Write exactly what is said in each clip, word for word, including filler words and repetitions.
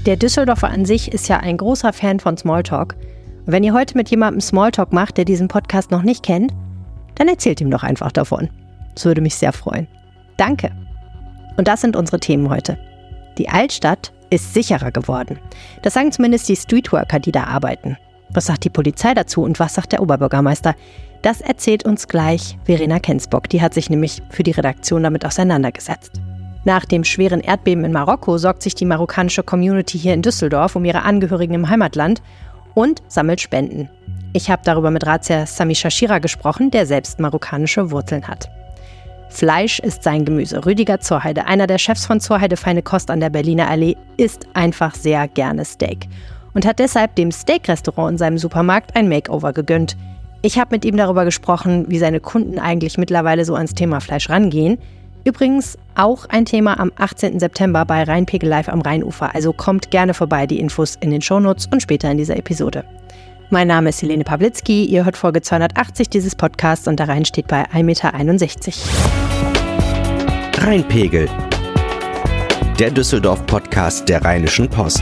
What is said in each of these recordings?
Der Düsseldorfer an sich ist ja ein großer Fan von Smalltalk. Und wenn ihr heute mit jemandem Smalltalk macht, der diesen Podcast noch nicht kennt, dann erzählt ihm doch einfach davon. Das würde mich sehr freuen. Danke. Und das sind unsere Themen heute. Die Altstadt ist sicherer geworden. Das sagen zumindest die Streetworker, die da arbeiten. Was sagt die Polizei dazu und was sagt der Oberbürgermeister? Das erzählt uns gleich Verena Kensbock. Die hat sich nämlich für die Redaktion damit auseinandergesetzt. Nach dem schweren Erdbeben in Marokko sorgt sich die marokkanische Community hier in Düsseldorf um ihre Angehörigen im Heimatland und sammelt Spenden. Ich habe darüber mit Razzia Sami Shashira gesprochen, der selbst marokkanische Wurzeln hat. Fleisch ist sein Gemüse. Rüdiger Zorheide, einer der Chefs von Zorheide Feine Kost an der Berliner Allee, isst einfach sehr gerne Steak und hat deshalb dem Steak-Restaurant in seinem Supermarkt ein Makeover gegönnt. Ich habe mit ihm darüber gesprochen, wie seine Kunden eigentlich mittlerweile so ans Thema Fleisch rangehen. Übrigens auch ein Thema am achtzehnten September bei Rheinpegel Live am Rheinufer. Also kommt gerne vorbei, die Infos in den Shownotes und später in dieser Episode. Mein Name ist Helene Pawlitzki, ihr hört Folge zweihundertachtzig dieses Podcasts und der Rhein steht bei ein Meter einundsechzig. Rheinpegel, der Düsseldorf-Podcast der Rheinischen Post.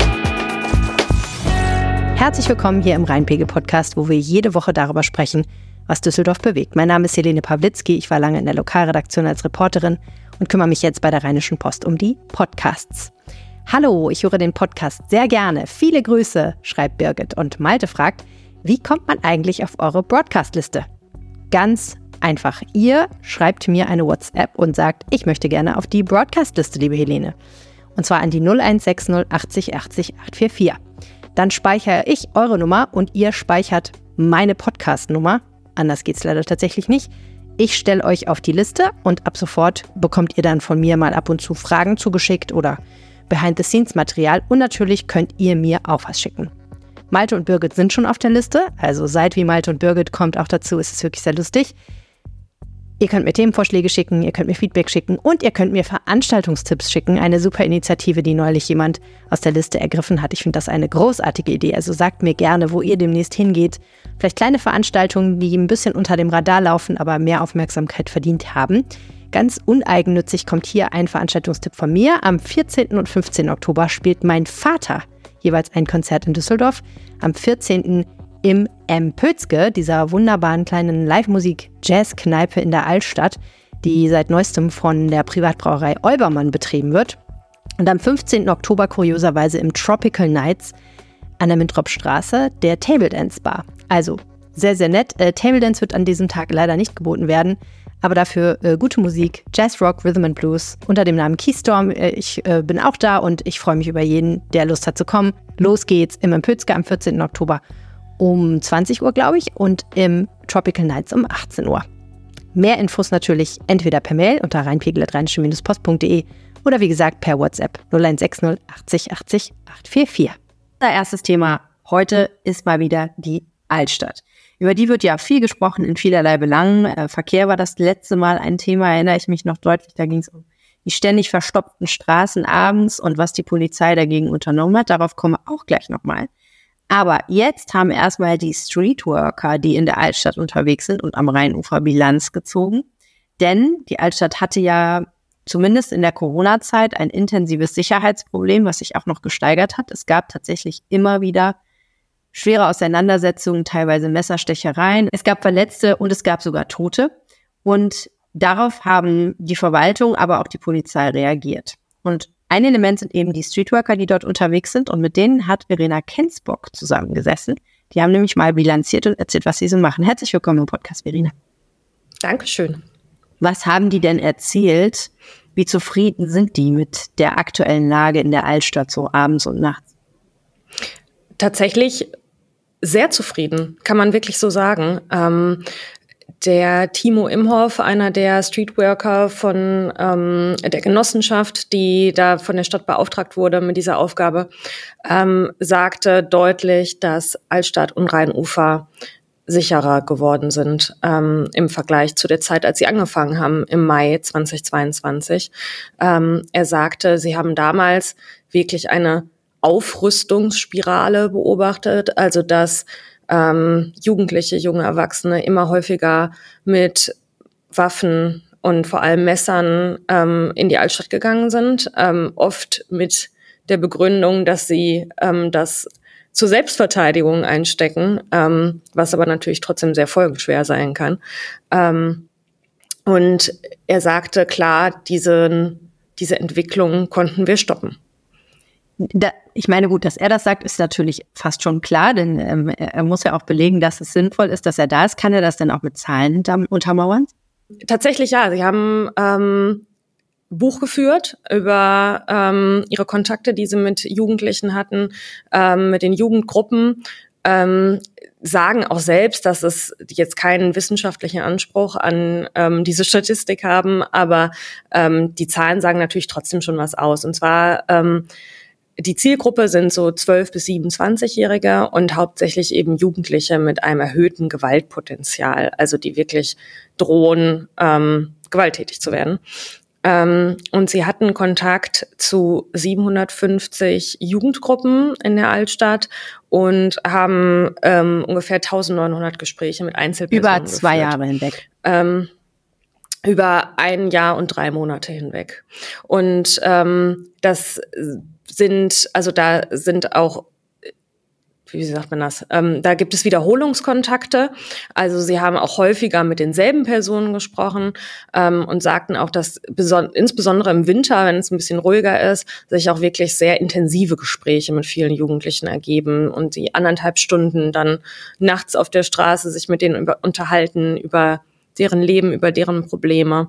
Herzlich willkommen hier im Rheinpegel-Podcast, wo wir jede Woche darüber sprechen, was Düsseldorf bewegt. Mein Name ist Helene Pawlitzki, ich war lange in der Lokalredaktion als Reporterin und kümmere mich jetzt bei der Rheinischen Post um die Podcasts. Hallo, ich höre den Podcast sehr gerne. Viele Grüße, schreibt Birgit. Und Malte fragt, wie kommt man eigentlich auf eure Broadcast-Liste? Ganz einfach. Ihr schreibt mir eine WhatsApp und sagt, ich möchte gerne auf die Broadcast-Liste, liebe Helene. Und zwar an die null eins sechs null achtzig achtzig achthundertvierundvierzig. Dann speichere ich eure Nummer und ihr speichert meine Podcast-Nummer. Anders geht's leider tatsächlich nicht. Ich stelle euch auf die Liste und ab sofort bekommt ihr dann von mir mal ab und zu Fragen zugeschickt oder Behind-the-Scenes-Material und natürlich könnt ihr mir auch was schicken. Malte und Birgit sind schon auf der Liste, also seid wie Malte und Birgit, kommt auch dazu, es ist wirklich sehr lustig. Ihr könnt mir Themenvorschläge schicken, ihr könnt mir Feedback schicken und ihr könnt mir Veranstaltungstipps schicken. Eine super Initiative, die neulich jemand aus der Liste ergriffen hat. Ich finde das eine großartige Idee, also sagt mir gerne, wo ihr demnächst hingeht. Vielleicht kleine Veranstaltungen, die ein bisschen unter dem Radar laufen, aber mehr Aufmerksamkeit verdient haben. Ganz uneigennützig kommt hier ein Veranstaltungstipp von mir. Am vierzehnten und fünfzehnten Oktober spielt mein Vater jeweils ein Konzert in Düsseldorf. Am vierzehnten im M. Pötzke, dieser wunderbaren kleinen Live-Musik-Jazz-Kneipe in der Altstadt, die seit neuestem von der Privatbrauerei Olbermann betrieben wird. Und am fünfzehnten Oktober kurioserweise im Tropical Nights an der Mintrop-Straße der Table Dance Bar. Also sehr, sehr nett. Äh, Table Dance wird an diesem Tag leider nicht geboten werden. Aber dafür äh, gute Musik, Jazz, Rock, Rhythm and Blues unter dem Namen Keystorm. Äh, ich äh, bin auch da und ich freue mich über jeden, der Lust hat zu kommen. Los geht's im Pötzke am vierzehnten Oktober um zwanzig Uhr, glaube ich, und im Tropical Nights um achtzehn Uhr. Mehr Infos natürlich entweder per Mail unter rheinpegel at rheinische post punkt de oder wie gesagt per WhatsApp null eins sechs null achtzig achtzig achthundertvierundvierzig. Unser erstes Thema heute ist mal wieder die Altstadt. Über die wird ja viel gesprochen in vielerlei Belangen. Äh, Verkehr war das letzte Mal ein Thema, erinnere ich mich noch deutlich. Da ging es um die ständig verstopften Straßen abends und was die Polizei dagegen unternommen hat. Darauf kommen wir auch gleich nochmal. Aber jetzt haben erstmal die Streetworker, die in der Altstadt unterwegs sind und am Rheinufer Bilanz gezogen. Denn die Altstadt hatte ja zumindest in der Corona-Zeit ein intensives Sicherheitsproblem, was sich auch noch gesteigert hat. Es gab tatsächlich immer wieder schwere Auseinandersetzungen, teilweise Messerstechereien. Es gab Verletzte und es gab sogar Tote. Und darauf haben die Verwaltung, aber auch die Polizei reagiert. Und ein Element sind eben die Streetworker, die dort unterwegs sind. Und mit denen hat Verena Kensbock zusammengesessen. Die haben nämlich mal bilanziert und erzählt, was sie so machen. Herzlich willkommen im Podcast, Verena. Dankeschön. Was haben die denn erzählt? Wie zufrieden sind die mit der aktuellen Lage in der Altstadt, so abends und nachts? Tatsächlich sehr zufrieden, kann man wirklich so sagen. Ähm, der Timo Imhoff, einer der Streetworker von ähm, der Genossenschaft, die da von der Stadt beauftragt wurde mit dieser Aufgabe, ähm, sagte deutlich, dass Altstadt und Rheinufer sicherer geworden sind ähm, im Vergleich zu der Zeit, als sie angefangen haben, im Mai zweitausendzweiundzwanzig. Ähm, er sagte, sie haben damals wirklich eine Aufrüstungsspirale beobachtet, also dass ähm, Jugendliche, junge Erwachsene immer häufiger mit Waffen und vor allem Messern ähm, in die Altstadt gegangen sind, ähm, oft mit der Begründung, dass sie ähm, das zur Selbstverteidigung einstecken, ähm, was aber natürlich trotzdem sehr folgenschwer sein kann. Ähm, und er sagte, klar, diese, diese Entwicklung konnten wir stoppen. Da, ich meine, gut, dass er das sagt, ist natürlich fast schon klar, denn ähm, er muss ja auch belegen, dass es sinnvoll ist, dass er da ist. Kann er das denn auch mit Zahlen hinter, untermauern? Tatsächlich ja. Sie haben ähm, Buch geführt über ähm, ihre Kontakte, die sie mit Jugendlichen hatten, ähm, mit den Jugendgruppen, ähm, sagen auch selbst, dass es jetzt keinen wissenschaftlichen Anspruch an ähm, diese Statistik haben, aber ähm, die Zahlen sagen natürlich trotzdem schon was aus. Und zwar ähm, die Zielgruppe sind so zwölf- bis siebenundzwanzigjährige und hauptsächlich eben Jugendliche mit einem erhöhten Gewaltpotenzial, also die wirklich drohen, ähm, gewalttätig zu werden. Ähm, und sie hatten Kontakt zu siebenhundertfünfzig Jugendgruppen in der Altstadt und haben ähm, ungefähr eintausendneunhundert Gespräche mit Einzelpersonen Über zwei geführt. Jahre hinweg. Ähm, über ein Jahr und drei Monate hinweg. Und ähm, das sind, also da sind auch, wie sagt man das, ähm, da gibt es Wiederholungskontakte. Also sie haben auch häufiger mit denselben Personen gesprochen ähm, und sagten auch, dass beson- insbesondere im Winter, wenn es ein bisschen ruhiger ist, sich auch wirklich sehr intensive Gespräche mit vielen Jugendlichen ergeben und die anderthalb Stunden dann nachts auf der Straße sich mit denen über- unterhalten über deren Leben, über deren Probleme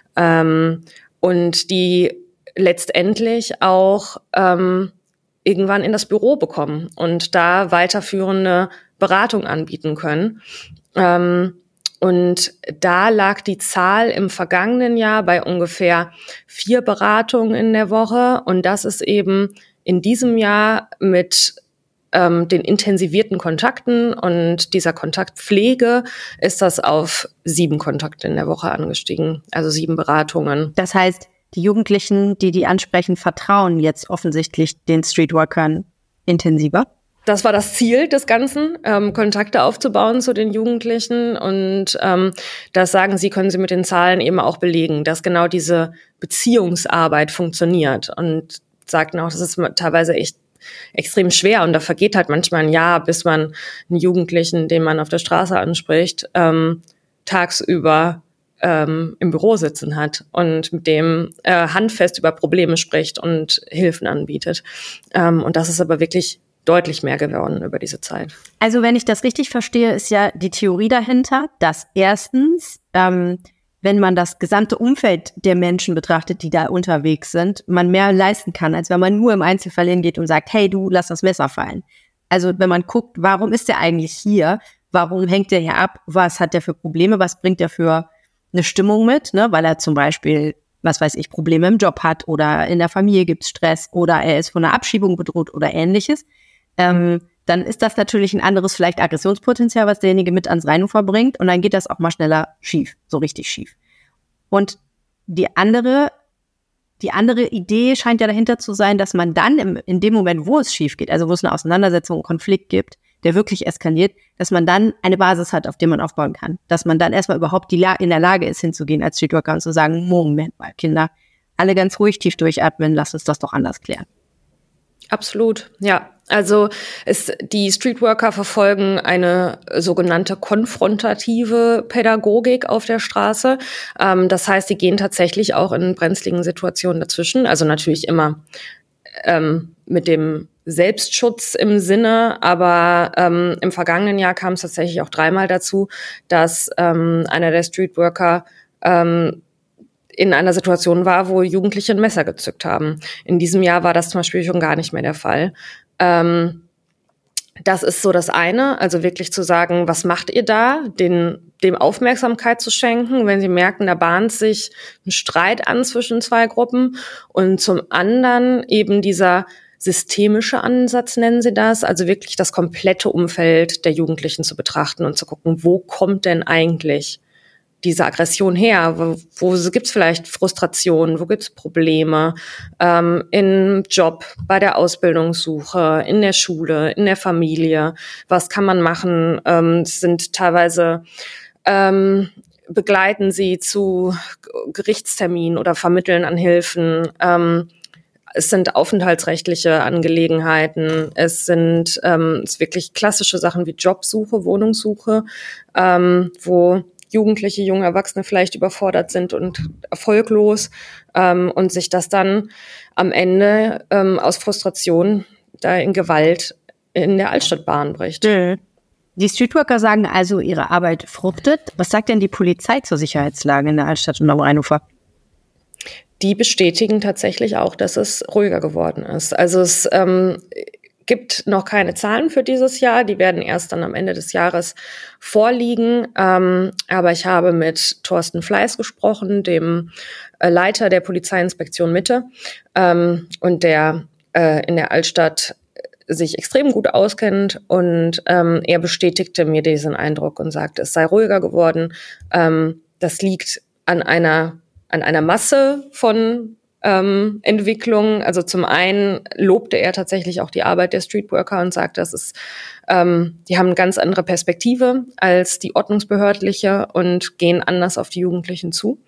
ähm, und die letztendlich auch ähm, irgendwann in das Büro bekommen und da weiterführende Beratung anbieten können. Ähm, und da lag die Zahl im vergangenen Jahr bei ungefähr vier Beratungen in der Woche. Und das ist eben in diesem Jahr mit ähm, den intensivierten Kontakten und dieser Kontaktpflege ist das auf sieben Kontakte in der Woche angestiegen, also sieben Beratungen. Das heißt, die Jugendlichen, die die ansprechen, vertrauen jetzt offensichtlich den Streetworkern intensiver? Das war das Ziel des Ganzen, ähm, Kontakte aufzubauen zu den Jugendlichen. Und ähm, das sagen sie, können sie mit den Zahlen eben auch belegen, dass genau diese Beziehungsarbeit funktioniert. Und sagten auch, das ist teilweise echt extrem schwer. Und da vergeht halt manchmal ein Jahr, bis man einen Jugendlichen, den man auf der Straße anspricht, ähm, tagsüber ähm, im Büro sitzen hat und mit dem äh, handfest über Probleme spricht und Hilfen anbietet. Ähm, und das ist aber wirklich deutlich mehr geworden über diese Zeit. Also wenn ich das richtig verstehe, ist ja die Theorie dahinter, dass erstens, ähm, wenn man das gesamte Umfeld der Menschen betrachtet, die da unterwegs sind, man mehr leisten kann, als wenn man nur im Einzelfall hingeht und sagt, hey, du, lass das Messer fallen. Also wenn man guckt, warum ist der eigentlich hier? Warum hängt der hier ab? Was hat der für Probleme? Was bringt der für eine Stimmung mit, ne? Weil er zum Beispiel, was weiß ich, Probleme im Job hat oder in der Familie gibt's Stress oder er ist von einer Abschiebung bedroht oder ähnliches, ähm, dann ist das natürlich ein anderes vielleicht Aggressionspotenzial, was derjenige mit ans Reinufer bringt und dann geht das auch mal schneller schief, so richtig schief. Und die andere, die andere Idee scheint ja dahinter zu sein, dass man dann im, in dem Moment, wo es schief geht, also wo es eine Auseinandersetzung, einen Konflikt gibt, der wirklich eskaliert, dass man dann eine Basis hat, auf der man aufbauen kann. Dass man dann erstmal überhaupt die La- in der Lage ist, hinzugehen als Streetworker und zu sagen, Moment mal, Kinder, alle ganz ruhig, tief durchatmen, lasst uns das doch anders klären. Absolut, ja. Also es, die Streetworker verfolgen eine sogenannte konfrontative Pädagogik auf der Straße. Ähm, das heißt, die gehen tatsächlich auch in brenzligen Situationen dazwischen. Also natürlich immer ähm, mit dem Selbstschutz im Sinne, aber ähm, im vergangenen Jahr kam es tatsächlich auch dreimal dazu, dass ähm, einer der Streetworker ähm, in einer Situation war, wo Jugendliche ein Messer gezückt haben. In diesem Jahr war das zum Beispiel schon gar nicht mehr der Fall. Ähm, das ist so das eine, also wirklich zu sagen, was macht ihr da, den, dem Aufmerksamkeit zu schenken, wenn sie merken, da bahnt sich ein Streit an zwischen zwei Gruppen. Und zum anderen eben dieser systemische Ansatz, nennen sie das, also wirklich das komplette Umfeld der Jugendlichen zu betrachten und zu gucken, wo kommt denn eigentlich diese Aggression her? Wo, wo gibt's vielleicht Frustration? Wo gibt's Probleme? Ähm, im Job, bei der Ausbildungssuche, in der Schule, in der Familie? Was kann man machen? Ähm, es sind teilweise ähm, begleiten sie zu Gerichtsterminen oder vermitteln an Hilfen. Ähm, es sind aufenthaltsrechtliche Angelegenheiten, es sind ähm, es wirklich klassische Sachen wie Jobsuche, Wohnungssuche, ähm, wo Jugendliche, junge Erwachsene vielleicht überfordert sind und erfolglos ähm, und sich das dann am Ende ähm, aus Frustration da in Gewalt in der Altstadt Bahn bricht. Mhm. Die Streetworker sagen also, ihre Arbeit fruchtet. Was sagt denn die Polizei zur Sicherheitslage in der Altstadt und am Rheinufer? Die bestätigen tatsächlich auch, dass es ruhiger geworden ist. Also es ähm, gibt noch keine Zahlen für dieses Jahr. Die werden erst dann am Ende des Jahres vorliegen. Ähm, aber ich habe mit Thorsten Fleiß gesprochen, dem äh, Leiter der Polizeiinspektion Mitte, ähm, und der äh, in der Altstadt sich extrem gut auskennt. Und ähm, er bestätigte mir diesen Eindruck und sagte, es sei ruhiger geworden. Ähm, das liegt an einer, an einer Masse von Ähm, Entwicklung. Also zum einen lobte er tatsächlich auch die Arbeit der Streetworker und sagt, dass es, ähm, die haben eine ganz andere Perspektive als die ordnungsbehördliche und gehen anders auf die Jugendlichen zu.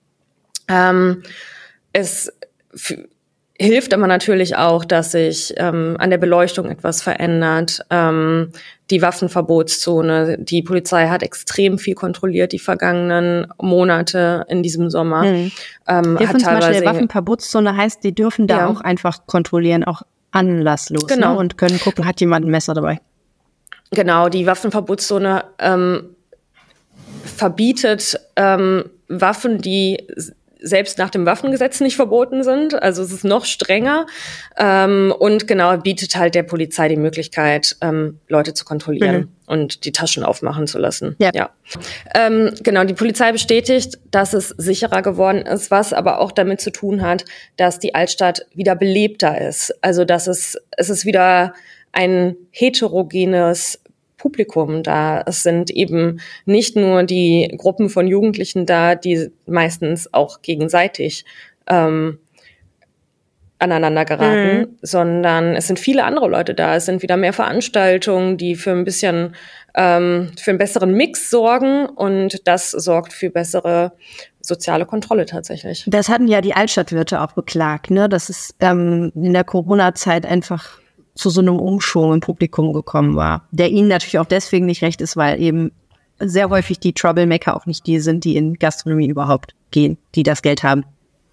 Ähm, es f- hilft aber natürlich auch, dass sich ähm, an der Beleuchtung etwas verändert. Ähm, die Waffenverbotszone, die Polizei hat extrem viel kontrolliert die vergangenen Monate in diesem Sommer. Hm. Ähm, Hilf hat uns mal teilweise schnell, Waffenverbotszone heißt, die dürfen da Ja. auch einfach kontrollieren, auch anlasslos, Genau. ne? Und können gucken, hat jemand ein Messer dabei. Genau, die Waffenverbotszone ähm, verbietet ähm, Waffen, die s- selbst nach dem Waffengesetz nicht verboten sind. Also es ist noch strenger. Ähm, und genau, bietet halt der Polizei die Möglichkeit, ähm, Leute zu kontrollieren Mhm. und die Taschen aufmachen zu lassen. Ja. Ja. Ähm, genau, die Polizei bestätigt, dass es sicherer geworden ist, was aber auch damit zu tun hat, dass die Altstadt wieder belebter ist. Also dass es, es ist wieder ein heterogenes Publikum da. Es sind eben nicht nur die Gruppen von Jugendlichen da, die meistens auch gegenseitig ähm, aneinander geraten, Mhm. sondern es sind viele andere Leute da. Es sind wieder mehr Veranstaltungen, die für ein bisschen ähm, für einen besseren Mix sorgen, und das sorgt für bessere soziale Kontrolle tatsächlich. Das hatten ja die Altstadtwirte auch beklagt, ne? Dass es ähm, in der Corona-Zeit einfach zu so einem Umschwung im Publikum gekommen war, der ihnen natürlich auch deswegen nicht recht ist, weil eben sehr häufig die Troublemaker auch nicht die sind, die in Gastronomie überhaupt gehen, die das Geld haben.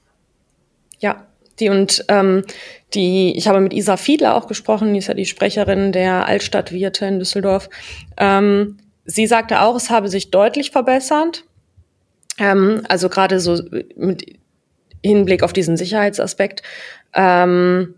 Ja, die und ähm, die, ich habe mit Isa Fiedler auch gesprochen, die ist ja die Sprecherin der Altstadtwirte in Düsseldorf. Ähm, sie sagte auch, es habe sich deutlich verbessert. Ähm, also gerade so mit Hinblick auf diesen Sicherheitsaspekt. Ähm,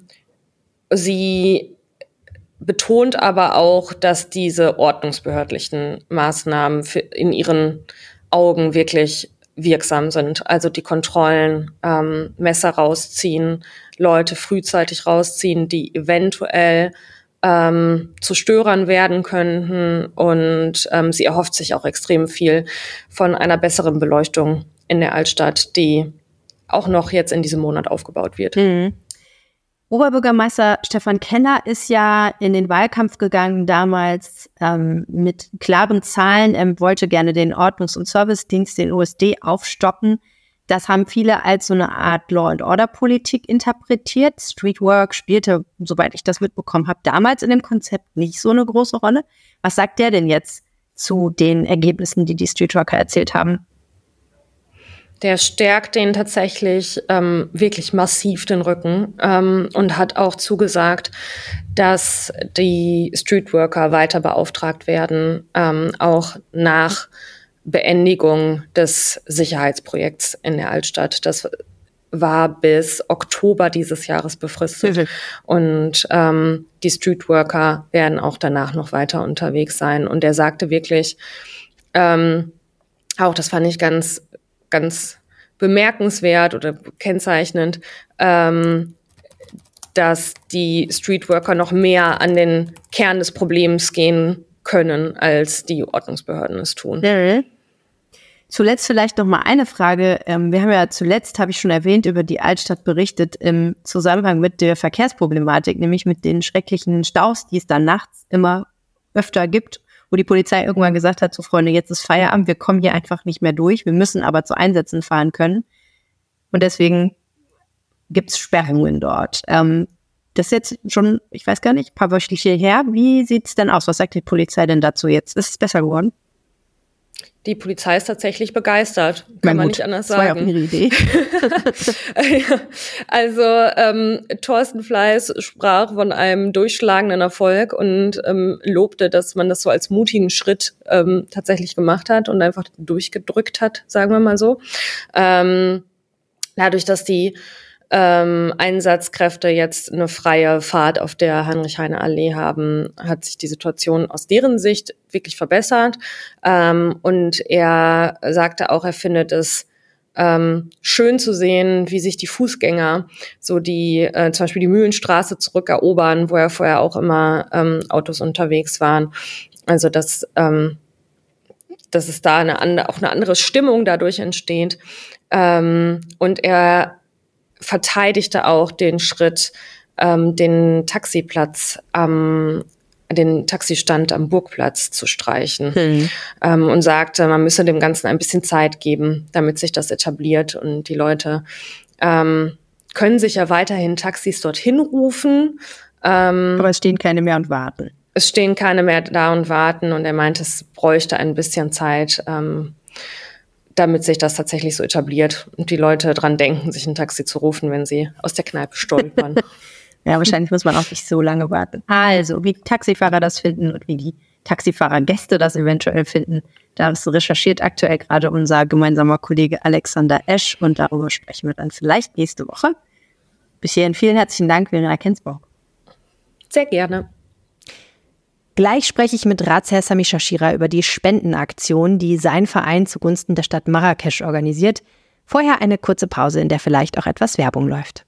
sie betont aber auch, dass diese ordnungsbehördlichen Maßnahmen für, in ihren Augen wirklich wirksam sind. Also die Kontrollen, ähm, Messer rausziehen, Leute frühzeitig rausziehen, die eventuell ähm, zu Störern werden könnten. Und ähm, sie erhofft sich auch extrem viel von einer besseren Beleuchtung in der Altstadt, die auch noch jetzt in diesem Monat aufgebaut wird. Mhm. Oberbürgermeister Stefan Kenner ist ja in den Wahlkampf gegangen damals ähm, mit klaren Zahlen. Er wollte gerne den Ordnungs- und Servicedienst, den O S D, aufstocken. Das haben viele als so eine Art Law-and-Order-Politik interpretiert. Streetwork spielte, soweit ich das mitbekommen habe, damals in dem Konzept nicht so eine große Rolle. Was sagt der denn jetzt zu den Ergebnissen, die die Streetworker erzählt haben? Der stärkt denen tatsächlich ähm, wirklich massiv den Rücken ähm, und hat auch zugesagt, dass die Streetworker weiter beauftragt werden, ähm, auch nach Beendigung des Sicherheitsprojekts in der Altstadt. Das war bis Oktober dieses Jahres befristet. Mhm. Und ähm, die Streetworker werden auch danach noch weiter unterwegs sein. Und er sagte wirklich, ähm, auch das fand ich ganz ganz bemerkenswert oder kennzeichnend, ähm, dass die Streetworker noch mehr an den Kern des Problems gehen können, als die Ordnungsbehörden es tun. Mhm. Zuletzt vielleicht noch mal eine Frage. Ähm, wir haben ja zuletzt, habe ich schon erwähnt, über die Altstadt berichtet im Zusammenhang mit der Verkehrsproblematik, nämlich mit den schrecklichen Staus, die es dann nachts immer öfter gibt, wo die Polizei irgendwann gesagt hat, so Freunde, jetzt ist Feierabend, wir kommen hier einfach nicht mehr durch, wir müssen aber zu Einsätzen fahren können. Und deswegen gibt es Sperrungen dort. Ähm, das ist jetzt schon, ich weiß gar nicht, ein paar Wöchentliche her. Wie sieht es denn aus? Was sagt die Polizei denn dazu jetzt? Ist es besser geworden? Die Polizei ist tatsächlich begeistert, kann man nicht anders sagen. Das war ja auch ihre Idee. Also ähm, Thorsten Fleiß sprach von einem durchschlagenden Erfolg und ähm, lobte, dass man das so als mutigen Schritt ähm, tatsächlich gemacht hat und einfach durchgedrückt hat, sagen wir mal so. Ähm, dadurch, dass die Ähm, Einsatzkräfte jetzt eine freie Fahrt auf der Heinrich-Heine-Allee haben, hat sich die Situation aus deren Sicht wirklich verbessert. Ähm, und er sagte auch, er findet es ähm, schön zu sehen, wie sich die Fußgänger so die, äh, zum Beispiel die Mühlenstraße zurückerobern, wo ja vorher auch immer ähm, Autos unterwegs waren. Also dass, ähm, dass es da eine andere, auch eine andere Stimmung dadurch entsteht. Ähm, und er verteidigte auch den Schritt, ähm, den Taxiplatz am, den Taxistand am Burgplatz zu streichen. Hm. Ähm, und sagte, man müsse dem Ganzen ein bisschen Zeit geben, damit sich das etabliert und die Leute ähm, können sich ja weiterhin Taxis dorthin rufen. Ähm, Aber es stehen keine mehr und warten. Es stehen keine mehr da und warten und er meinte, es bräuchte ein bisschen Zeit, ähm, damit sich das tatsächlich so etabliert und die Leute dran denken, sich ein Taxi zu rufen, wenn sie aus der Kneipe stolpern. Ja, wahrscheinlich muss man auch nicht so lange warten. Also, wie die Taxifahrer das finden und wie die Taxifahrergäste das eventuell finden, das recherchiert aktuell gerade unser gemeinsamer Kollege Alexander Esch und darüber sprechen wir dann vielleicht nächste Woche. Bis hierhin vielen herzlichen Dank, Verena Kensburg. Sehr gerne. Gleich spreche ich mit Ratsherr Sami Shashira über die Spendenaktion, die sein Verein zugunsten der Stadt Marrakesch organisiert. Vorher eine kurze Pause, in der vielleicht auch etwas Werbung läuft.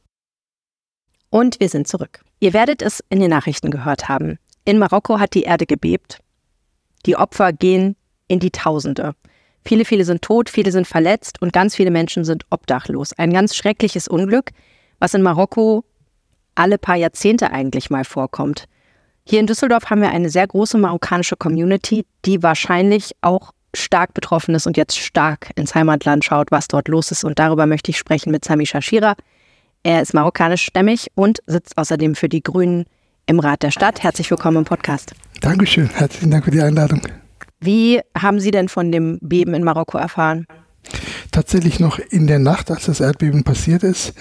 Und wir sind zurück. Ihr werdet es in den Nachrichten gehört haben. In Marokko hat die Erde gebebt. Die Opfer gehen in die Tausende. Viele, viele sind tot, viele sind verletzt und ganz viele Menschen sind obdachlos. Ein ganz schreckliches Unglück, was in Marokko alle paar Jahrzehnte eigentlich mal vorkommt. Hier in Düsseldorf haben wir eine sehr große marokkanische Community, die wahrscheinlich auch stark betroffen ist und jetzt stark ins Heimatland schaut, was dort los ist. Und darüber möchte ich sprechen mit Sami Shashira. Er ist marokkanischstämmig und sitzt außerdem für die Grünen im Rat der Stadt. Herzlich willkommen im Podcast. Dankeschön, herzlichen Dank für die Einladung. Wie haben Sie denn von dem Beben in Marokko erfahren? Tatsächlich noch in der Nacht, als das Erdbeben passiert ist,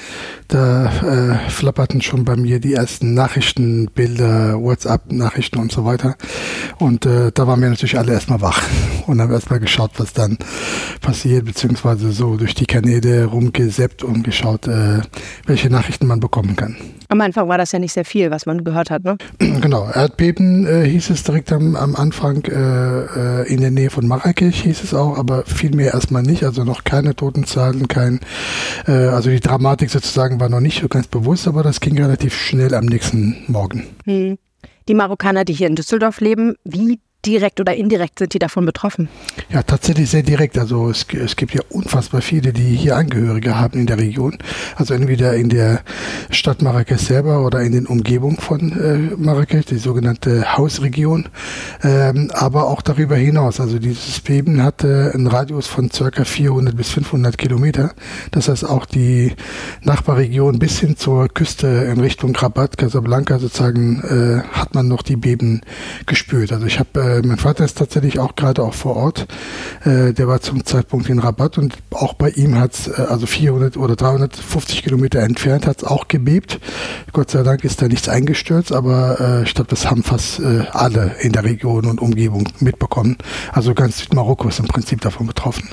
da äh, flapperten schon bei mir die ersten Nachrichten, Bilder, WhatsApp-Nachrichten und so weiter. Und äh, da waren wir natürlich alle erstmal wach und haben erstmal geschaut, was dann passiert, beziehungsweise so durch die Kanäle rumgesäppt und geschaut, äh, welche Nachrichten man bekommen kann. Am Anfang war das ja nicht sehr viel, was man gehört hat, ne? Genau, Erdbeben äh, hieß es direkt am, am Anfang, äh, in der Nähe von Marrakesch hieß es auch, aber viel mehr erstmal nicht, also noch keine Totenzahlen, kein, äh, also die Dramatik sozusagen war noch nicht so ganz bewusst, aber das ging relativ schnell am nächsten Morgen. Hm. Die Marokkaner, die hier in Düsseldorf leben, wie direkt oder indirekt sind die davon betroffen? Ja, tatsächlich sehr direkt. Also es, es gibt ja unfassbar viele, die hier Angehörige haben in der Region. Also entweder in der Stadt Marrakesch selber oder in den Umgebungen von äh, Marrakesch, die sogenannte Hausregion. Ähm, aber auch darüber hinaus. Also dieses Beben hatte einen Radius von circa vierhundert bis fünfhundert Kilometer. Das heißt auch die Nachbarregion bis hin zur Küste in Richtung Rabat, Casablanca sozusagen, äh, hat man noch die Beben gespürt. Also ich habe äh, mein Vater ist tatsächlich auch gerade auch vor Ort. Äh, der war zum Zeitpunkt in Rabat und auch bei ihm hat es, äh, also vierhundert oder dreihundertfünfzig Kilometer entfernt, hat es auch gebebt. Gott sei Dank ist da nichts eingestürzt, aber äh, ich glaube, das haben fast äh, alle in der Region und Umgebung mitbekommen. Also ganz Südmarokko ist im Prinzip davon betroffen.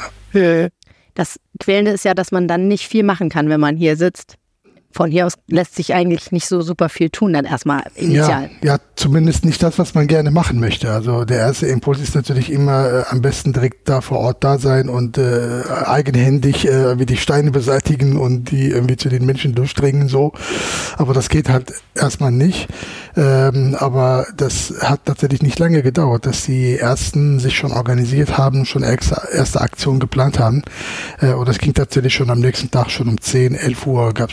Das Quälende ist ja, dass man dann nicht viel machen kann, wenn man hier sitzt. Von hier aus lässt sich eigentlich nicht so super viel tun, dann erstmal initial. Ja, ja, zumindest nicht das, was man gerne machen möchte. Also der erste Impuls ist natürlich immer äh, am besten direkt da vor Ort da sein und äh, eigenhändig äh, wie die Steine beseitigen und die irgendwie zu den Menschen durchdringen so. Aber das geht halt erstmal nicht. Ähm, aber das hat tatsächlich nicht lange gedauert, dass die Ersten sich schon organisiert haben, schon erste Aktionen geplant haben. Äh, und das ging tatsächlich schon am nächsten Tag, schon um zehn, elf Uhr gab es schon die ersten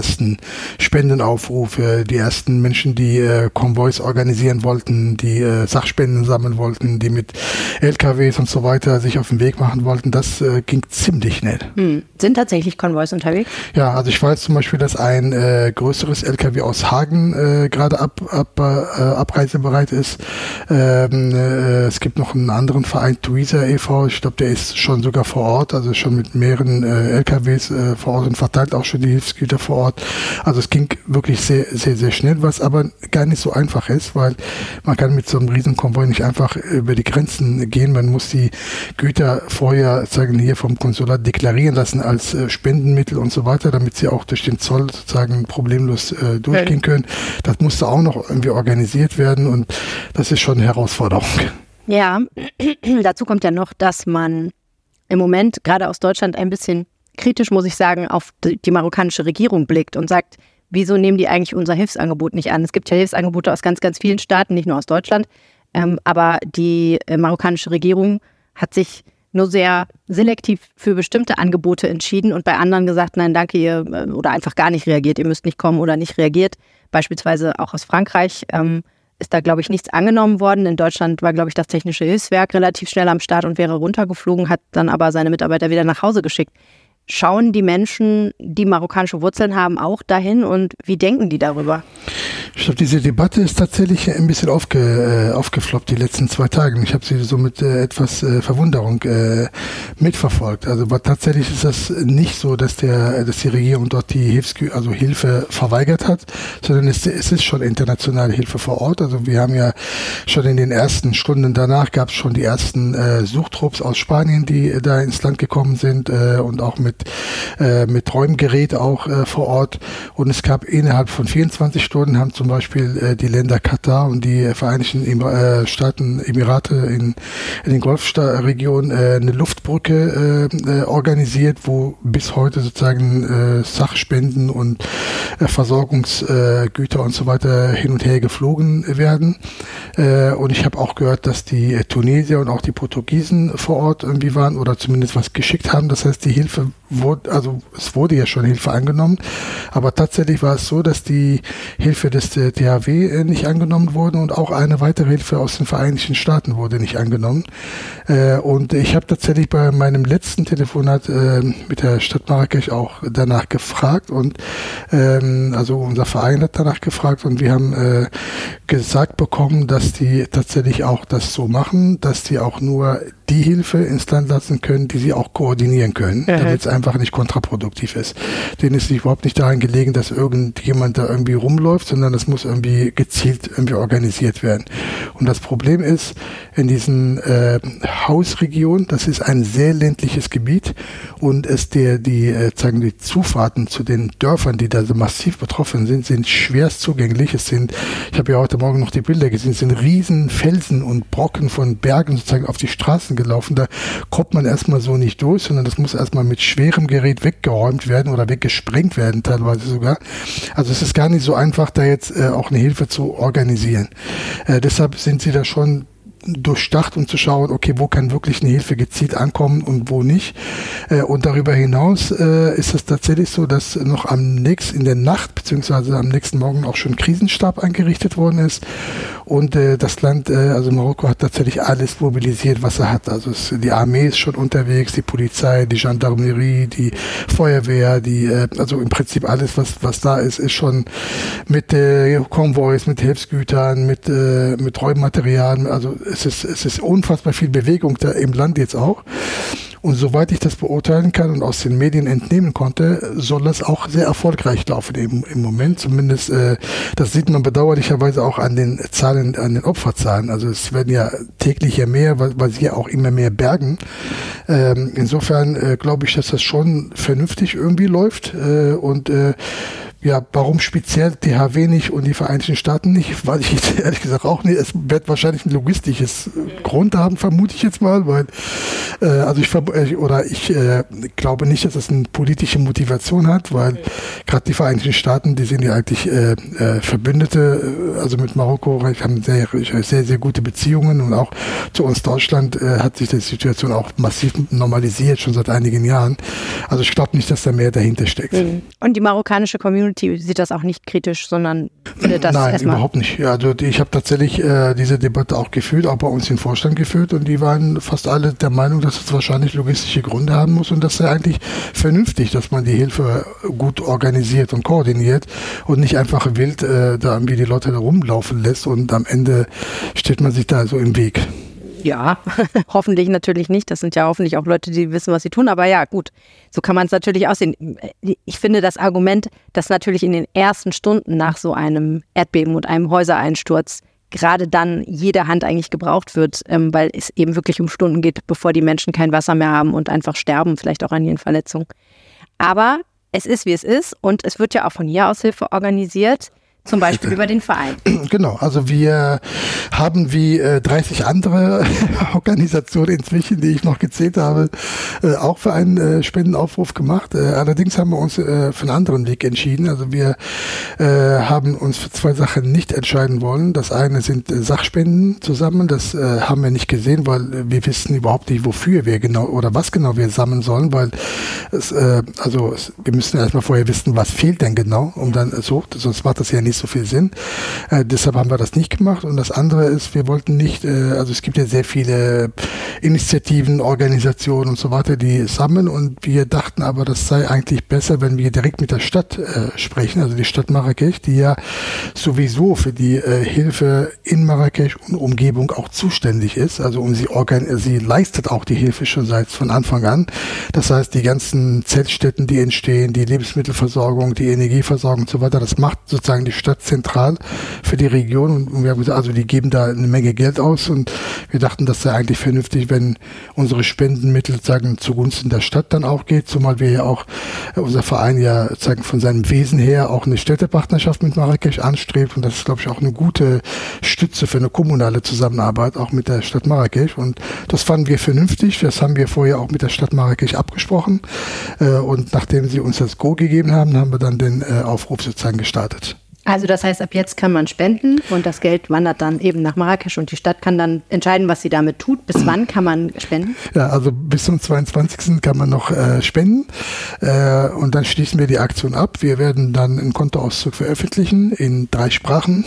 ersten Spendenaufrufe, die ersten Menschen, die äh, Konvois organisieren wollten, die äh, Sachspenden sammeln wollten, die mit L K Ws und so weiter sich auf den Weg machen wollten. Das äh, ging ziemlich schnell. Hm. Sind tatsächlich Konvois unterwegs? Ja, also ich weiß zum Beispiel, dass ein äh, größeres L K W aus Hagen äh, gerade ab, ab, äh, abreisebereit ist. Ähm, äh, es gibt noch einen anderen Verein, Tuisa e V, ich glaube, der ist schon sogar vor Ort, also schon mit mehreren äh, L K Ws äh, vor Ort und verteilt auch schon die Hilfsgüter vor Ort. Also es ging wirklich sehr, sehr, sehr schnell, was aber gar nicht so einfach ist, weil man kann mit so einem riesen Konvoi nicht einfach über die Grenzen gehen. Man muss die Güter vorher sozusagen hier vom Konsulat deklarieren lassen als äh, Spendenmittel und so weiter, damit sie auch durch den Zoll sozusagen problemlos äh, durchgehen können. Das musste auch noch irgendwie organisiert werden und das ist schon eine Herausforderung. Ja, dazu kommt ja noch, dass man im Moment gerade aus Deutschland ein bisschen kritisch, muss ich sagen, auf die marokkanische Regierung blickt und sagt, wieso nehmen die eigentlich unser Hilfsangebot nicht an? Es gibt ja Hilfsangebote aus ganz, ganz vielen Staaten, nicht nur aus Deutschland, ähm, aber die äh, marokkanische Regierung hat sich nur sehr selektiv für bestimmte Angebote entschieden und bei anderen gesagt, nein, danke, ihr, oder einfach gar nicht reagiert, ihr müsst nicht kommen oder nicht reagiert. Beispielsweise auch aus Frankreich ähm, ist da, glaube ich, nichts angenommen worden. In Deutschland war, glaube ich, das Technische Hilfswerk relativ schnell am Start und wäre runtergeflogen, hat dann aber seine Mitarbeiter wieder nach Hause geschickt. Schauen die Menschen, die marokkanische Wurzeln haben, auch dahin und wie denken die darüber? Ich glaube, diese Debatte ist tatsächlich ein bisschen aufge, äh, aufgefloppt die letzten zwei Tage. Ich habe sie so mit äh, etwas äh, Verwunderung äh, mitverfolgt. Also aber tatsächlich ist das nicht so, dass der, dass die Regierung dort die Hilfsgü- also Hilfe verweigert hat, sondern es, es ist schon internationale Hilfe vor Ort. Also wir haben ja schon in den ersten Stunden danach gab es schon die ersten äh, Suchtrupps aus Spanien, die äh, da ins Land gekommen sind äh, und auch mit äh, mit Räumgerät auch äh, vor Ort. Und es gab innerhalb von vierundzwanzig Stunden haben zum Beispiel äh, die Länder Katar und die äh, Vereinigten Emir- äh, Staaten, Emirate in, in den Golfregionen äh, eine Luftbrücke äh, äh, organisiert, wo bis heute sozusagen äh, Sachspenden und äh, Versorgungsgüter äh, und so weiter hin und her geflogen werden. Äh, und ich habe auch gehört, dass die äh, Tunesier und auch die Portugiesen vor Ort irgendwie waren oder zumindest was geschickt haben. Das heißt, die Hilfe wurde, also es wurde ja schon Hilfe angenommen, aber tatsächlich war es so, dass die Hilfe des T H W äh, nicht angenommen wurde und auch eine weitere Hilfe aus den Vereinigten Staaten wurde nicht angenommen. Äh, und ich habe tatsächlich bei meinem letzten Telefonat äh, mit der Stadt Marrakesch auch danach gefragt und ähm, also unser Verein hat danach gefragt und wir haben äh, gesagt bekommen, dass die tatsächlich auch das so machen, dass die auch nur die Hilfe ins Land lassen können, die sie auch koordinieren können, mhm. damit es einfach nicht kontraproduktiv ist. Denen ist nicht, überhaupt nicht daran gelegen, dass irgendjemand da irgendwie rumläuft, sondern das muss irgendwie gezielt irgendwie organisiert werden. Und das Problem ist, in diesen äh, Hausregionen, das ist ein sehr ländliches Gebiet und es der, die, äh, sagen die Zufahrten zu den Dörfern, die da so massiv betroffen sind, sind schwerst zugänglich. Es sind, ich habe ja heute Morgen noch die Bilder gesehen, es sind riesen Felsen und Brocken von Bergen sozusagen auf die Straßen gelaufen. Da kommt man erstmal so nicht durch, sondern das muss erstmal mit schwerem Gerät weggeräumt werden oder weggesprengt werden teilweise sogar. Also es ist gar nicht so einfach, da jetzt äh, auch eine Hilfe zu organisieren. Äh, deshalb sind sie da schon durchdacht, um zu schauen, okay, wo kann wirklich eine Hilfe gezielt ankommen und wo nicht. Äh, und darüber hinaus äh, ist es tatsächlich so, dass noch am nächsten, in der Nacht, beziehungsweise am nächsten Morgen auch schon ein Krisenstab eingerichtet worden ist. Und äh, das Land, äh, also Marokko, hat tatsächlich alles mobilisiert, was er hat. Also es, die Armee ist schon unterwegs, die Polizei, die Gendarmerie, die Feuerwehr, die, äh, also im Prinzip alles, was, was da ist, ist schon mit äh, Konvois, mit Hilfsgütern, mit, äh, mit Räummaterialien, also es ist, es ist unfassbar viel Bewegung da im Land jetzt auch. Und soweit ich das beurteilen kann und aus den Medien entnehmen konnte, soll das auch sehr erfolgreich laufen im, im Moment. Zumindest, äh, das sieht man bedauerlicherweise auch an den Zahlen, an den Opferzahlen. Also es werden ja täglich ja mehr, weil, weil sie ja auch immer mehr bergen. Ähm, insofern äh, glaube ich, dass das schon vernünftig irgendwie läuft. Äh, und äh, ja, warum speziell T H W nicht und die Vereinigten Staaten nicht, weiß ich jetzt ehrlich gesagt auch nicht. Es wird wahrscheinlich ein logistisches Grund haben, vermute ich jetzt mal, weil äh, also ich oder ich äh, glaube nicht, dass es eine politische Motivation hat, weil gerade die Vereinigten Staaten, die sind ja eigentlich äh, äh, Verbündete, also mit Marokko, wir haben sehr, sehr, sehr gute Beziehungen und auch zu uns Deutschland äh, hat sich die Situation auch massiv normalisiert, schon seit einigen Jahren. Also ich glaube nicht, dass da mehr dahinter steckt. Und die marokkanische Community die sieht das auch nicht kritisch, sondern findet das Nein, erstmal... überhaupt nicht. Ja, also ich habe tatsächlich äh, diese Debatte auch geführt, auch bei uns im Vorstand geführt und die waren fast alle der Meinung, dass es wahrscheinlich logistische Gründe haben muss und das sei eigentlich vernünftig, dass man die Hilfe gut organisiert und koordiniert und nicht einfach wild äh, da irgendwie die Leute da rumlaufen lässt und am Ende steht man sich da so im Weg. Ja, hoffentlich natürlich nicht. Das sind ja hoffentlich auch Leute, die wissen, was sie tun. Aber ja, gut, so kann man es natürlich aussehen. Ich finde das Argument, dass natürlich in den ersten Stunden nach so einem Erdbeben und einem Häusereinsturz gerade dann jede Hand eigentlich gebraucht wird, ähm, weil es eben wirklich um Stunden geht, bevor die Menschen kein Wasser mehr haben und einfach sterben, vielleicht auch an ihren Verletzungen. Aber es ist, wie es ist und es wird ja auch von hier aus Hilfe organisiert. Zum Beispiel über den Verein. Genau, also wir haben wie äh, dreißig andere Organisationen inzwischen, die ich noch gezählt habe, äh, auch für einen äh, Spendenaufruf gemacht. Äh, allerdings haben wir uns äh, für einen anderen Weg entschieden. Also wir äh, haben uns für zwei Sachen nicht entscheiden wollen. Das eine sind äh, Sachspenden zusammen. Das äh, haben wir nicht gesehen, weil äh, wir wissen überhaupt nicht, wofür wir genau oder was genau wir sammeln sollen, weil es, äh, also es, wir müssen erstmal vorher wissen, was fehlt denn genau, um dann so, sonst macht das ja nicht so viel Sinn. Äh, deshalb haben wir das nicht gemacht. Und das andere ist, wir wollten nicht, äh, also es gibt ja sehr viele Initiativen, Organisationen und so weiter, die sammeln und wir dachten aber, das sei eigentlich besser, wenn wir direkt mit der Stadt äh, sprechen, also die Stadt Marrakesch, die ja sowieso für die äh, Hilfe in Marrakesch und Umgebung auch zuständig ist. Also und sie, organ sie leistet auch die Hilfe schon seit von Anfang an. Das heißt, die ganzen Zeltstätten, die entstehen, die Lebensmittelversorgung, die Energieversorgung und so weiter, das macht sozusagen die Stadt zentral für die Region und wir haben gesagt, also die geben da eine Menge Geld aus und wir dachten, das sei eigentlich vernünftig, wenn unsere Spendenmittel sozusagen zugunsten der Stadt dann auch geht, zumal wir ja auch, äh, unser Verein ja sozusagen von seinem Wesen her auch eine Städtepartnerschaft mit Marrakesch anstrebt und das ist, glaube ich, auch eine gute Stütze für eine kommunale Zusammenarbeit, auch mit der Stadt Marrakesch und das fanden wir vernünftig, das haben wir vorher auch mit der Stadt Marrakesch abgesprochen äh, und nachdem sie uns das Go gegeben haben, haben wir dann den äh, Aufruf sozusagen gestartet. Also das heißt, ab jetzt kann man spenden und das Geld wandert dann eben nach Marrakesch und die Stadt kann dann entscheiden, was sie damit tut. Bis wann kann man spenden? Ja, also bis zum zweiundzwanzigsten kann man noch äh, spenden äh, und dann schließen wir die Aktion ab. Wir werden dann einen Kontoauszug veröffentlichen in drei Sprachen,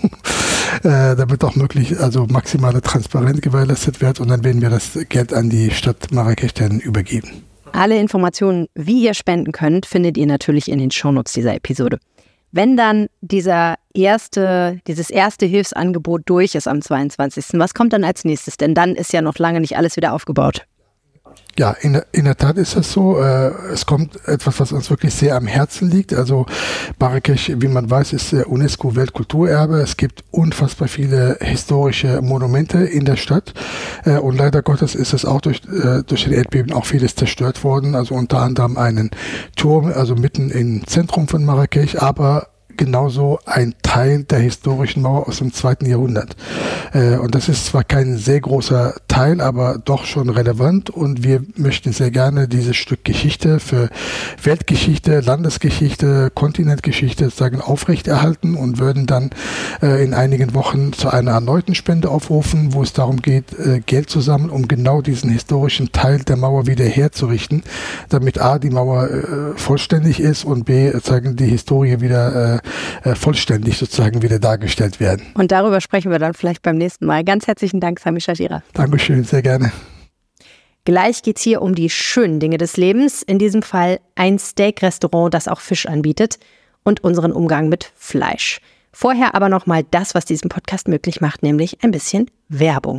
äh, damit auch möglich, also maximale Transparenz gewährleistet wird und dann werden wir das Geld an die Stadt Marrakesch dann übergeben. Alle Informationen, wie ihr spenden könnt, findet ihr natürlich in den Shownotes dieser Episode. Wenn dann dieser erste, dieses erste Hilfsangebot durch ist am zweiundzwanzigsten, was kommt dann als nächstes? Denn dann ist ja noch lange nicht alles wieder aufgebaut. Ja, in, in der Tat ist das so. Äh, es kommt etwas, was uns wirklich sehr am Herzen liegt. Also Marrakesch, wie man weiß, ist der UNESCO-Weltkulturerbe. Es gibt unfassbar viele historische Monumente in der Stadt. Äh, und leider Gottes ist es auch durch, äh, durch den Erdbeben auch vieles zerstört worden. Also unter anderem einen Turm, also mitten im Zentrum von Marrakesch, aber genauso ein Teil der historischen Mauer aus dem zweiten Jahrhundert. Äh, und das ist zwar kein sehr großer Teil, aber doch schon relevant und wir möchten sehr gerne dieses Stück Geschichte für Weltgeschichte, Landesgeschichte, Kontinentgeschichte sozusagen aufrechterhalten und würden dann äh, in einigen Wochen zu einer erneuten Spende aufrufen, wo es darum geht, äh, Geld zu sammeln, um genau diesen historischen Teil der Mauer wieder herzurichten, damit A, die Mauer äh, vollständig ist und B, sozusagen die Historie wieder äh, vollständig sozusagen wieder dargestellt werden. Und darüber sprechen wir dann vielleicht beim nächsten Mal. Ganz herzlichen Dank, Sami Shashira. Dankeschön, sehr gerne. Gleich geht es hier um die schönen Dinge des Lebens. In diesem Fall ein Steak-Restaurant, das auch Fisch anbietet und unseren Umgang mit Fleisch. Vorher aber nochmal das, was diesen Podcast möglich macht, nämlich ein bisschen Werbung.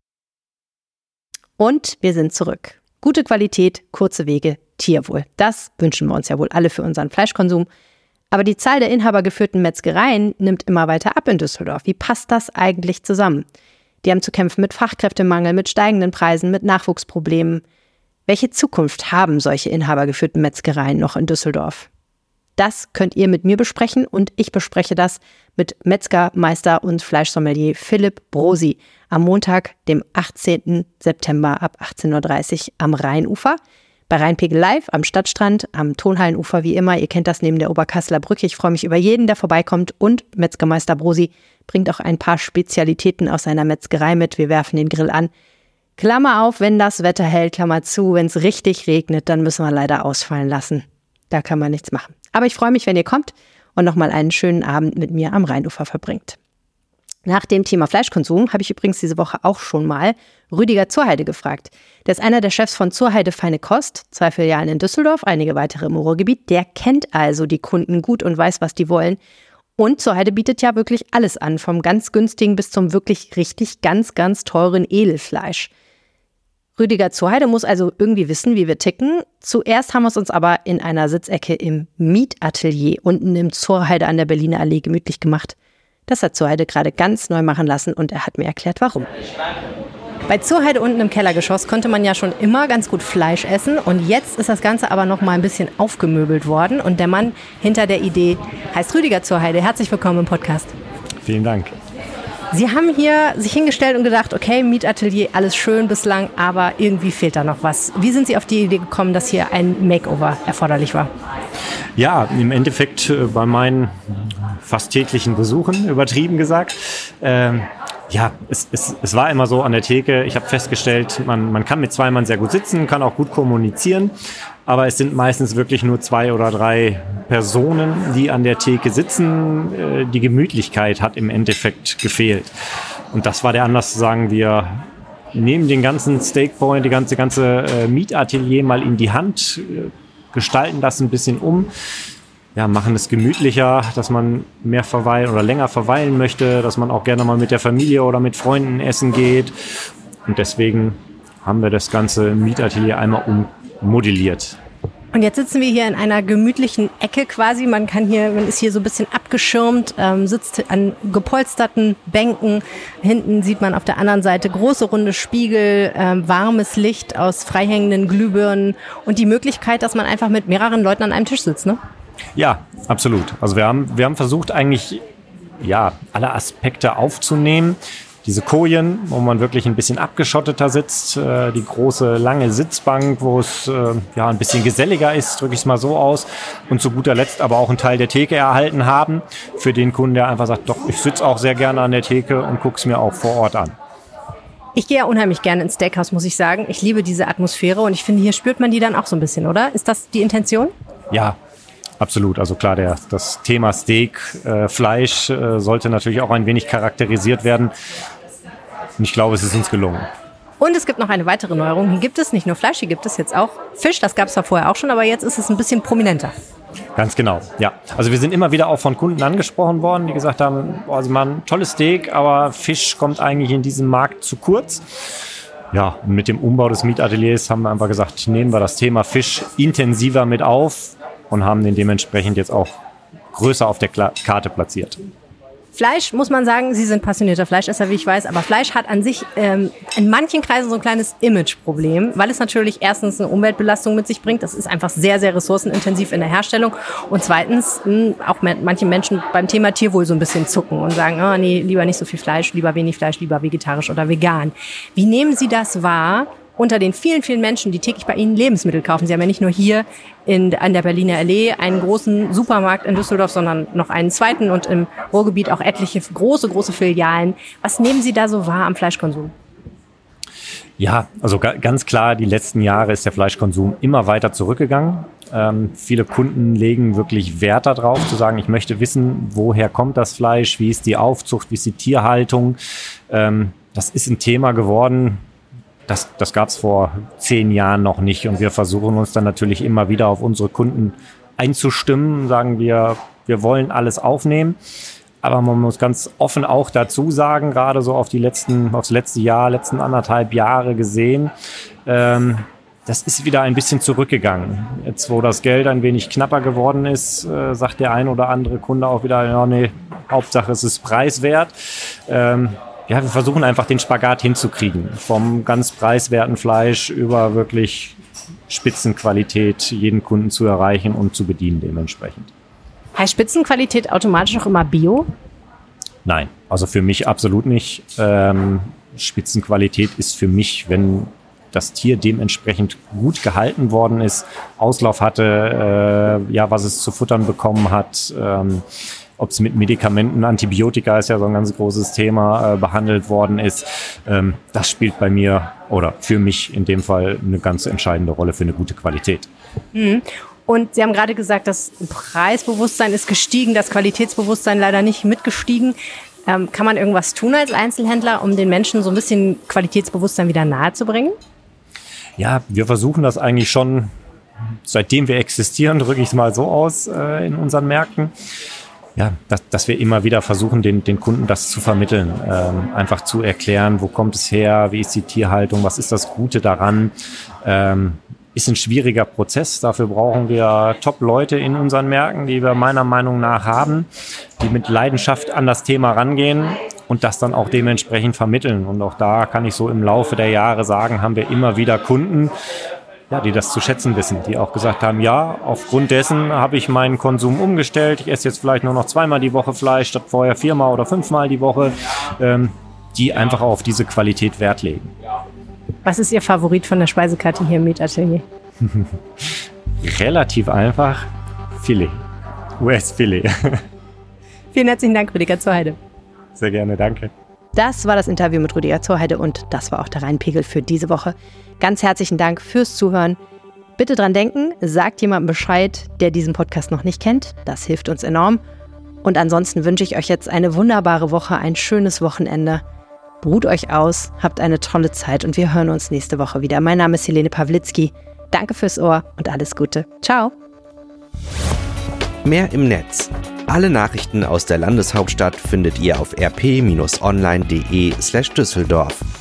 Und wir sind zurück. Gute Qualität, kurze Wege, Tierwohl. Das wünschen wir uns ja wohl alle für unseren Fleischkonsum. Aber die Zahl der inhabergeführten Metzgereien nimmt immer weiter ab in Düsseldorf. Wie passt das eigentlich zusammen? Die haben zu kämpfen mit Fachkräftemangel, mit steigenden Preisen, mit Nachwuchsproblemen. Welche Zukunft haben solche inhabergeführten Metzgereien noch in Düsseldorf? Das könnt ihr mit mir besprechen und ich bespreche das mit Metzgermeister und Fleischsommelier Philipp Brosi am Montag, dem achtzehnten September ab achtzehn Uhr dreißig am Rheinufer. Bei Rheinpegel Live am Stadtstrand, am Tonhallenufer wie immer. Ihr kennt das neben der Oberkasseler Brücke. Ich freue mich über jeden, der vorbeikommt. Und Metzgermeister Brosi bringt auch ein paar Spezialitäten aus seiner Metzgerei mit. Wir werfen den Grill an. Klammer auf, wenn das Wetter hält, Klammer zu. Wenn es richtig regnet, dann müssen wir leider ausfallen lassen. Da kann man nichts machen. Aber ich freue mich, wenn ihr kommt und nochmal einen schönen Abend mit mir am Rheinufer verbringt. Nach dem Thema Fleischkonsum habe ich übrigens diese Woche auch schon mal Rüdiger Zurheide gefragt. Der ist einer der Chefs von Zurheide Feine Kost, zwei Filialen in Düsseldorf, einige weitere im Ruhrgebiet. Der kennt also die Kunden gut und weiß, was die wollen. Und Zurheide bietet ja wirklich alles an, vom ganz günstigen bis zum wirklich richtig ganz, ganz teuren Edelfleisch. Rüdiger Zurheide muss also irgendwie wissen, wie wir ticken. Zuerst haben wir es uns aber in einer Sitzecke im Mietatelier unten im Zurheide an der Berliner Allee gemütlich gemacht. Das hat Zurheide gerade ganz neu machen lassen und er hat mir erklärt, warum. Bei Zurheide unten im Kellergeschoss konnte man ja schon immer ganz gut Fleisch essen und jetzt ist das Ganze aber noch mal ein bisschen aufgemöbelt worden und der Mann hinter der Idee heißt Rüdiger Zurheide. Herzlich willkommen im Podcast. Vielen Dank. Sie haben hier sich hingestellt und gedacht, okay, Mietatelier, alles schön bislang, aber irgendwie fehlt da noch was. Wie sind Sie auf die Idee gekommen, dass hier ein Makeover erforderlich war? Ja, im Endeffekt bei meinen fast täglichen Besuchen, übertrieben gesagt. Ähm, ja, es, es, es war immer so an der Theke, ich habe festgestellt, man, man kann mit zwei Mann sehr gut sitzen, kann auch gut kommunizieren, aber es sind meistens wirklich nur zwei oder drei Personen, die an der Theke sitzen. Die Gemütlichkeit hat im Endeffekt gefehlt. Und das war der Anlass zu sagen, wir nehmen den ganzen Steakpoint, die ganze, ganze äh, Mietatelier mal in die Hand, äh, gestalten das ein bisschen um, ja, machen es gemütlicher, dass man mehr verweilen oder länger verweilen möchte, dass man auch gerne mal mit der Familie oder mit Freunden essen geht. Und deswegen haben wir das ganze Mietatelier einmal ummodelliert. Und jetzt sitzen wir hier in einer gemütlichen Ecke quasi. Man kann hier, man ist hier so ein bisschen abgeschirmt, ähm, sitzt an gepolsterten Bänken. Hinten sieht man auf der anderen Seite große runde Spiegel, ähm, warmes Licht aus freihängenden Glühbirnen und die Möglichkeit, dass man einfach mit mehreren Leuten an einem Tisch sitzt, ne? Ja, absolut. Also wir haben, wir haben versucht eigentlich, ja, alle Aspekte aufzunehmen. Diese Kojen, wo man wirklich ein bisschen abgeschotteter sitzt, äh, die große, lange Sitzbank, wo es äh, ja ein bisschen geselliger ist, drücke ich es mal so aus. Und zu guter Letzt aber auch einen Teil der Theke erhalten haben, für den Kunden, der einfach sagt, doch, ich sitze auch sehr gerne an der Theke und gucke es mir auch vor Ort an. Ich gehe ja unheimlich gerne ins Steakhouse, muss ich sagen. Ich liebe diese Atmosphäre und ich finde, hier spürt man die dann auch so ein bisschen, oder? Ist das die Intention? Ja, absolut. Also klar, der, das Thema Steak, äh, Fleisch äh, sollte natürlich auch ein wenig charakterisiert werden. Und ich glaube, es ist uns gelungen. Und es gibt noch eine weitere Neuerung. Hier gibt es nicht nur Fleisch, hier gibt es jetzt auch Fisch. Das gab es zwar vorher auch schon, aber jetzt ist es ein bisschen prominenter. Ganz genau, ja. Also wir sind immer wieder auch von Kunden angesprochen worden, die gesagt haben, boah, sie machen ein tolles Steak, aber Fisch kommt eigentlich in diesem Markt zu kurz. Ja, und mit dem Umbau des Mietateliers haben wir einfach gesagt, nehmen wir das Thema Fisch intensiver mit auf und haben den dementsprechend jetzt auch größer auf der Karte platziert. Fleisch, muss man sagen, Sie sind passionierter Fleischesser, wie ich weiß, aber Fleisch hat an sich ähm, in manchen Kreisen so ein kleines Imageproblem, weil es natürlich erstens eine Umweltbelastung mit sich bringt, das ist einfach sehr, sehr ressourcenintensiv in der Herstellung und zweitens mh, auch me- manche Menschen beim Thema Tierwohl so ein bisschen zucken und sagen, oh nee, lieber nicht so viel Fleisch, lieber wenig Fleisch, lieber vegetarisch oder vegan. Wie nehmen Sie das wahr unter den vielen, vielen Menschen, die täglich bei Ihnen Lebensmittel kaufen? Sie haben ja nicht nur hier in, an der Berliner Allee einen großen Supermarkt in Düsseldorf, sondern noch einen zweiten und im Ruhrgebiet auch etliche große, große Filialen. Was nehmen Sie da so wahr am Fleischkonsum? Ja, also ga, ganz klar, die letzten Jahre ist der Fleischkonsum immer weiter zurückgegangen. Ähm, viele Kunden legen wirklich Wert darauf, zu sagen, ich möchte wissen, woher kommt das Fleisch, wie ist die Aufzucht, wie ist die Tierhaltung. Ähm, das ist ein Thema geworden, Das, das gab es vor zehn Jahren noch nicht und wir versuchen uns dann natürlich immer wieder auf unsere Kunden einzustimmen, sagen wir, wir wollen alles aufnehmen, aber man muss ganz offen auch dazu sagen, gerade so auf die letzten, aufs letzte Jahr, letzten anderthalb Jahre gesehen, ähm, das ist wieder ein bisschen zurückgegangen. Jetzt, wo das Geld ein wenig knapper geworden ist, äh, sagt der ein oder andere Kunde auch wieder, ja nee, Hauptsache es ist preiswert. Ähm, Ja, wir versuchen einfach den Spagat hinzukriegen. Vom ganz preiswerten Fleisch über wirklich Spitzenqualität jeden Kunden zu erreichen und zu bedienen dementsprechend. Heißt Spitzenqualität automatisch auch immer Bio? Nein, also für mich absolut nicht. Ähm, Spitzenqualität ist für mich, wenn das Tier dementsprechend gut gehalten worden ist, Auslauf hatte, äh, ja, was es zu futtern bekommen hat, ähm, ob es mit Medikamenten, Antibiotika ist ja so ein ganz großes Thema, äh, behandelt worden ist. Ähm, das spielt bei mir oder für mich in dem Fall eine ganz entscheidende Rolle für eine gute Qualität. Mhm. Und Sie haben gerade gesagt, das Preisbewusstsein ist gestiegen, das Qualitätsbewusstsein leider nicht mitgestiegen. Ähm, kann man irgendwas tun als Einzelhändler, um den Menschen so ein bisschen Qualitätsbewusstsein wieder nahezubringen? Ja, wir versuchen das eigentlich schon, seitdem wir existieren, drücke ich es mal so aus, äh, in unseren Märkten. Ja, dass, dass wir immer wieder versuchen, den, den Kunden das zu vermitteln, ähm, einfach zu erklären, wo kommt es her, wie ist die Tierhaltung, was ist das Gute daran. Ähm, Ist ein schwieriger Prozess. Dafür brauchen wir Top-Leute in unseren Märkten, die wir meiner Meinung nach haben, die mit Leidenschaft an das Thema rangehen und das dann auch dementsprechend vermitteln. Und auch da kann ich so im Laufe der Jahre sagen, haben wir immer wieder Kunden, ja, die das zu schätzen wissen, die auch gesagt haben, ja, aufgrund dessen habe ich meinen Konsum umgestellt. Ich esse jetzt vielleicht nur noch zweimal die Woche Fleisch statt vorher viermal oder fünfmal die Woche, ähm, die einfach auf diese Qualität Wert legen. Was ist Ihr Favorit von der Speisekarte hier im Meat-Atelier? Relativ einfach. Filet. U S-Filet. Vielen herzlichen Dank, Rüdiger Zurheide. Sehr gerne, danke. Das war das Interview mit Rüdiger Zurheide und das war auch der Rheinpegel für diese Woche. Ganz herzlichen Dank fürs Zuhören. Bitte dran denken, sagt jemandem Bescheid, der diesen Podcast noch nicht kennt. Das hilft uns enorm. Und ansonsten wünsche ich euch jetzt eine wunderbare Woche, ein schönes Wochenende. Ruht euch aus, habt eine tolle Zeit und wir hören uns nächste Woche wieder. Mein Name ist Helene Pawlitzki. Danke fürs Ohr und alles Gute. Ciao. Mehr im Netz. Alle Nachrichten aus der Landeshauptstadt findet ihr auf r p Bindestrich online punkt de slash Düsseldorf.